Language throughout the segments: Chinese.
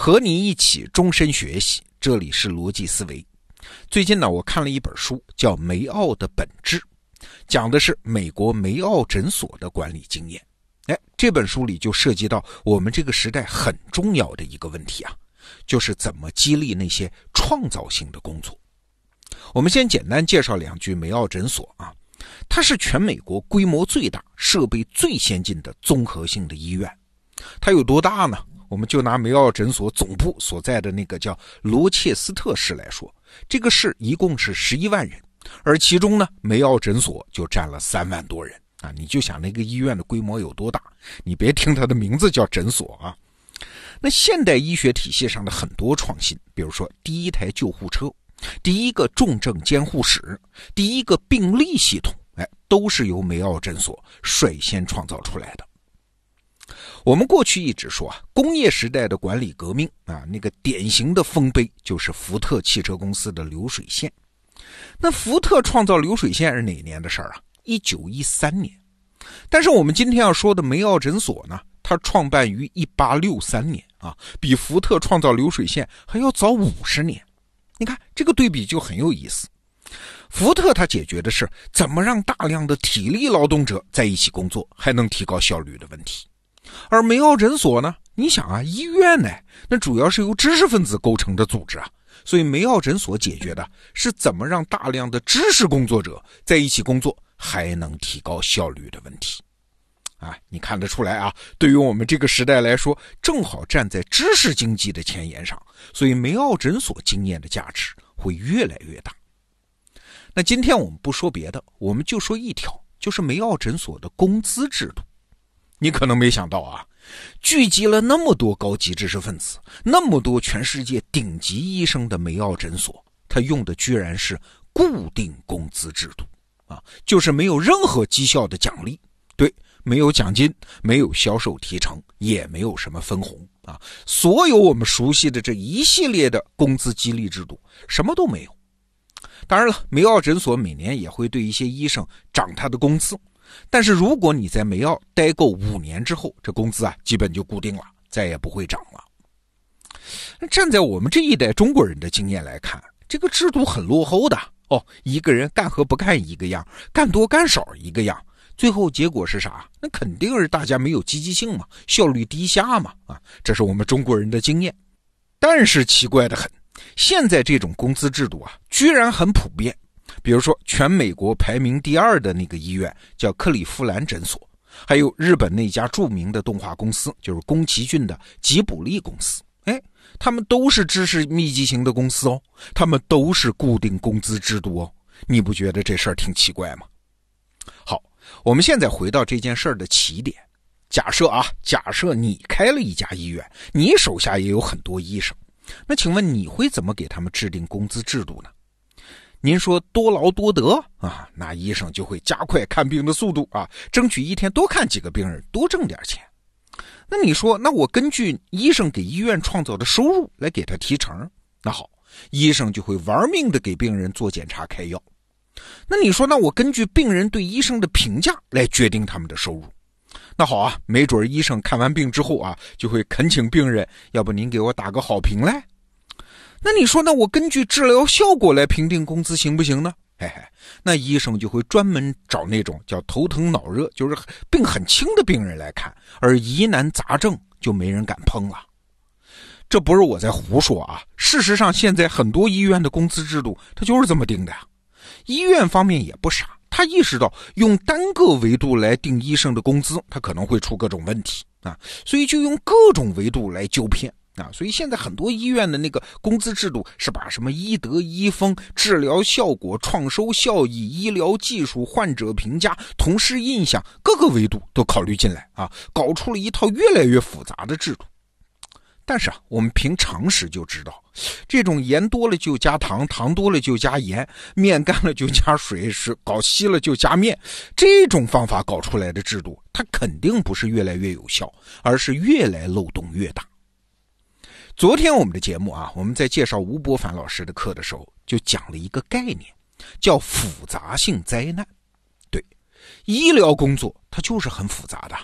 和你一起终身学习，这里是逻辑思维。最近呢，我看了一本书，叫《梅奥的本质》，讲的是美国梅奥诊所的管理经验。这本书里就涉及到我们这个时代很重要的一个问题啊，就是怎么激励那些创造性的工作。我们先简单介绍两句梅奥诊所啊，它是全美国规模最大、设备最先进的综合性的医院。它有多大呢？我们就拿梅奥诊所总部所在的那个叫罗切斯特市来说，这个市一共是11万人，而其中呢，梅奥诊所就占了3万多人啊！你就想那个医院的规模有多大，你别听它的名字叫诊所啊。那现代医学体系上的很多创新，比如说第一台救护车、第一个重症监护室、第一个病历系统，都是由梅奥诊所率先创造出来的。我们过去一直说工业时代的管理革命那个典型的丰碑就是福特汽车公司的流水线。那福特创造流水线是哪年的事儿啊？1913年。但是我们今天要说的梅奥诊所呢，它创办于1863年比福特创造流水线还要早50年。你看这个对比就很有意思。福特它解决的是怎么让大量的体力劳动者在一起工作，还能提高效率的问题。而梅奥诊所呢，你想医院呢，那主要是由知识分子构成的组织所以梅奥诊所解决的是怎么让大量的知识工作者在一起工作，还能提高效率的问题。你看得出来对于我们这个时代来说，正好站在知识经济的前沿上，所以梅奥诊所经验的价值会越来越大。那今天我们不说别的，我们就说一条，就是梅奥诊所的工资制度。你可能没想到聚集了那么多高级知识分子，那么多全世界顶级医生的梅奥诊所，它用的居然是固定工资制度就是没有任何绩效的奖励，对，没有奖金，没有销售提成，也没有什么分红所有我们熟悉的这一系列的工资激励制度什么都没有。当然了，梅奥诊所每年也会对一些医生涨他的工资，但是如果你在梅奥待够5年之后，这工资基本就固定了，再也不会涨了。站在我们这一代中国人的经验来看，这个制度很落后的一个人干和不干一个样，干多干少一个样，最后结果是啥？那肯定是大家没有积极性嘛，效率低下嘛这是我们中国人的经验。但是奇怪的很，现在这种工资制度居然很普遍。比如说全美国排名第2的那个医院叫克利夫兰诊所，还有日本那家著名的动画公司，就是宫崎骏的吉卜力公司，他们都是知识密集型的公司他们都是固定工资制度你不觉得这事儿挺奇怪吗？好，我们现在回到这件事儿的起点。假设你开了一家医院，你手下也有很多医生，那请问你会怎么给他们制定工资制度呢？您说多劳多得那医生就会加快看病的速度争取一天多看几个病人，多挣点钱。那你说，那我根据医生给医院创造的收入来给他提成，那好，医生就会玩命的给病人做检查开药。那你说，那我根据病人对医生的评价来决定他们的收入，那好没准医生看完病之后就会恳请病人，要不您给我打个好评来。那你说，那我根据治疗效果来评定工资行不行呢？那医生就会专门找那种叫头疼脑热，就是病很轻的病人来看，而疑难杂症就没人敢碰了。这不是我在胡说事实上现在很多医院的工资制度它就是这么定的医院方面也不傻，他意识到用单个维度来定医生的工资，他可能会出各种问题所以就用各种维度来纠偏所以现在很多医院的那个工资制度是把什么医德、医风、治疗效果、创收效益、医疗技术、患者评价、同事印象各个维度都考虑进来搞出了一套越来越复杂的制度。但是我们凭常识就知道，这种盐多了就加糖，糖多了就加盐，面干了就加水，搞稀了就加面，这种方法搞出来的制度，它肯定不是越来越有效，而是越来漏洞越大。昨天我们的节目我们在介绍吴伯凡老师的课的时候，就讲了一个概念，叫复杂性灾难。对，医疗工作它就是很复杂的，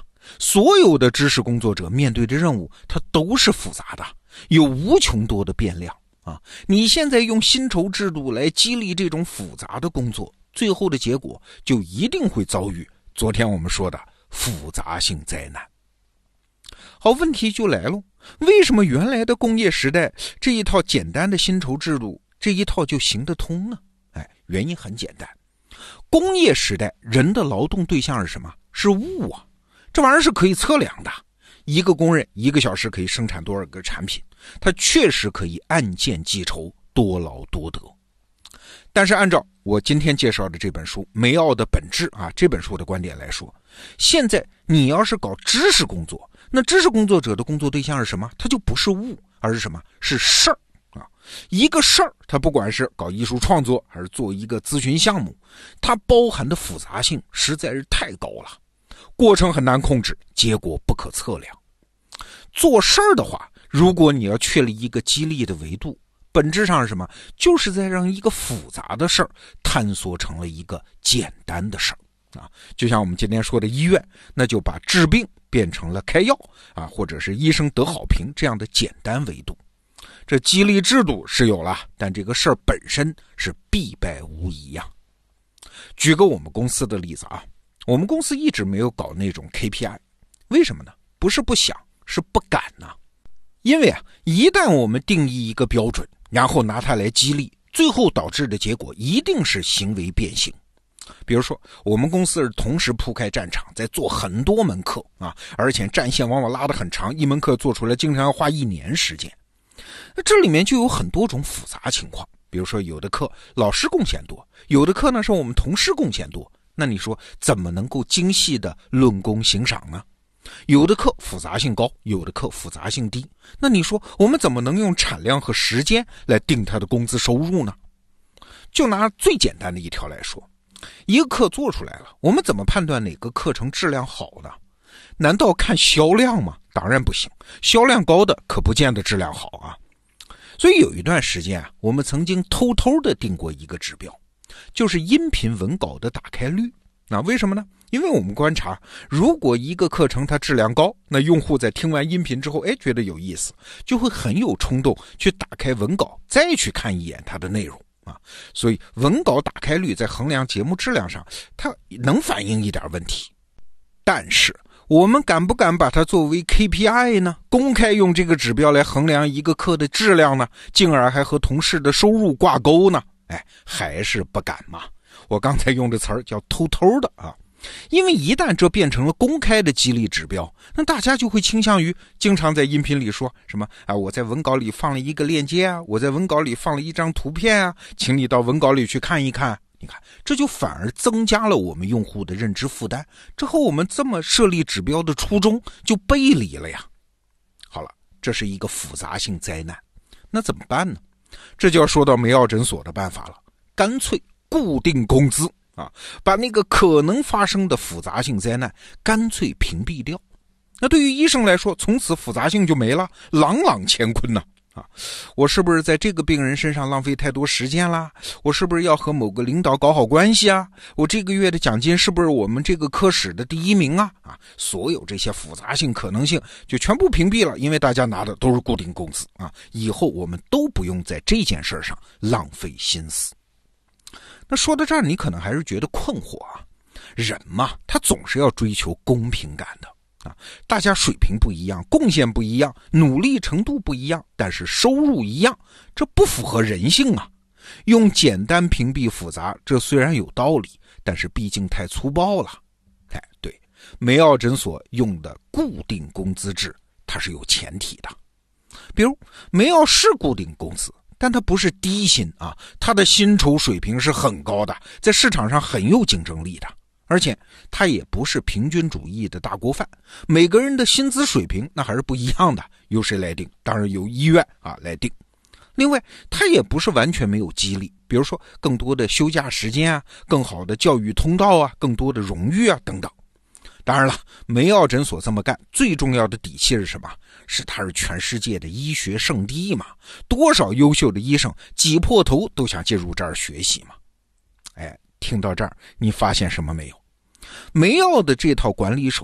所有的知识工作者面对的任务，它都是复杂的，有无穷多的变量啊！你现在用薪酬制度来激励这种复杂的工作，最后的结果就一定会遭遇昨天我们说的复杂性灾难。好，问题就来了，为什么原来的工业时代这一套简单的薪酬制度这一套就行得通呢？原因很简单，工业时代人的劳动对象是什么？是物啊，这玩意儿是可以测量的。一个工人1个小时可以生产多少个产品，他确实可以按件计酬，多劳多得。但是按照我今天介绍的这本书《梅奥的本质》这本书的观点来说，现在你要是搞知识工作，那知识工作者的工作对象是什么？它就不是物，而是什么？是事儿。一个事儿，它不管是搞艺术创作还是做一个咨询项目，它包含的复杂性实在是太高了，过程很难控制，结果不可测量。做事儿的话，如果你要确立一个激励的维度，本质上是什么？就是在让一个复杂的事儿探索成了一个简单的事儿就像我们今天说的医院，那就把治病变成了开药或者是医生得好评这样的简单维度。这激励制度是有了，但这个事儿本身是必败无疑呀。举个我们公司的例子我们公司一直没有搞那种 KPI， 为什么呢？不是不想，是不敢因为一旦我们定义一个标准，然后拿它来激励，最后导致的结果一定是行为变形。比如说我们公司是同时铺开战场，在做很多门课而且战线往往拉得很长，一门课做出来经常要花1年时间。那这里面就有很多种复杂情况，比如说有的课老师贡献多，有的课呢是我们同事贡献多，那你说怎么能够精细的论功行赏呢？有的课复杂性高，有的课复杂性低，那你说我们怎么能用产量和时间来定他的工资收入呢？就拿最简单的一条来说，一个课做出来了，我们怎么判断哪个课程质量好呢？难道看销量吗？当然不行，销量高的可不见得质量好所以有一段时间我们曾经偷偷的定过一个指标，就是音频文稿的打开率。那为什么呢？因为我们观察，如果一个课程它质量高，那用户在听完音频之后觉得有意思，就会很有冲动去打开文稿再去看一眼它的内容所以文稿打开率在衡量节目质量上它能反映一点问题。但是我们敢不敢把它作为 KPI 呢？公开用这个指标来衡量一个课的质量呢？进而还和同事的收入挂钩呢？还是不敢嘛。我刚才用的词儿叫偷偷的因为一旦这变成了公开的激励指标，那大家就会倾向于经常在音频里说什么我在文稿里放了一个链接我在文稿里放了一张图片请你到文稿里去看一看。你看，这就反而增加了我们用户的认知负担，这和我们这么设立指标的初衷就背离了呀。好了，这是一个复杂性灾难，那怎么办呢？这就要说到梅奥诊所的办法了，干脆固定工资把那个可能发生的复杂性灾难干脆屏蔽掉。那对于医生来说，从此复杂性就没了，朗朗乾坤呢我是不是在这个病人身上浪费太多时间啦？我是不是要和某个领导搞好关系我这个月的奖金是不是我们这个科室的第1名所有这些复杂性可能性就全部屏蔽了，因为大家拿的都是固定工资以后我们都不用在这件事上浪费心思。那说到这儿，你可能还是觉得困惑人嘛，他总是要追求公平感的大家水平不一样，贡献不一样，努力程度不一样，但是收入一样，这不符合人性用简单屏蔽复杂，这虽然有道理，但是毕竟太粗暴了。对，梅奥诊所用的固定工资制，它是有前提的。比如梅奥是固定工资，但它不是低薪它的薪酬水平是很高的，在市场上很有竞争力的。而且它也不是平均主义的大锅饭，每个人的薪资水平那还是不一样的，由谁来定？当然由医院来定。另外它也不是完全没有激励，比如说更多的休假时间更好的教育通道更多的荣誉等等。当然了，梅奥诊所这么干最重要的底气是什么？是它是全世界的医学圣地嘛，多少优秀的医生挤破头都想进入这儿学习嘛。听到这儿，你发现什么没有？梅奥的这套管理手段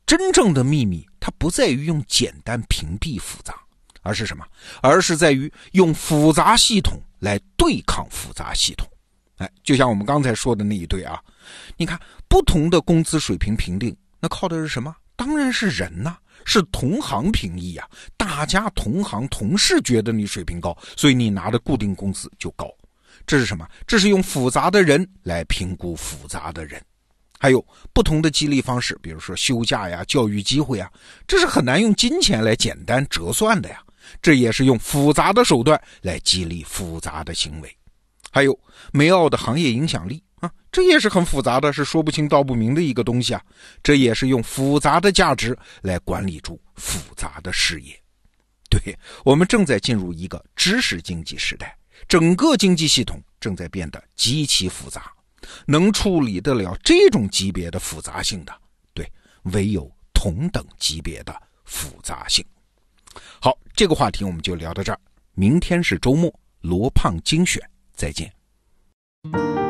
真正的秘密它不在于用简单屏蔽复杂，而是什么？而是在于用复杂系统来对抗复杂系统。就像我们刚才说的那一对啊，你看不同的工资水平评定，那靠的是什么？当然是人呐，是同行评议啊，大家同行同事觉得你水平高，所以你拿的固定工资就高。这是什么？这是用复杂的人来评估复杂的人。还有不同的激励方式，比如说休假呀、教育机会啊，这是很难用金钱来简单折算的呀，这也是用复杂的手段来激励复杂的行为。还有梅奥的行业影响力啊，这也是很复杂的，是说不清道不明的一个东西啊，这也是用复杂的价值来管理住复杂的事业。对，我们正在进入一个知识经济时代，整个经济系统正在变得极其复杂，能处理得了这种级别的复杂性的，对，唯有同等级别的复杂性。好，这个话题我们就聊到这儿，明天是周末，罗胖精选，再见。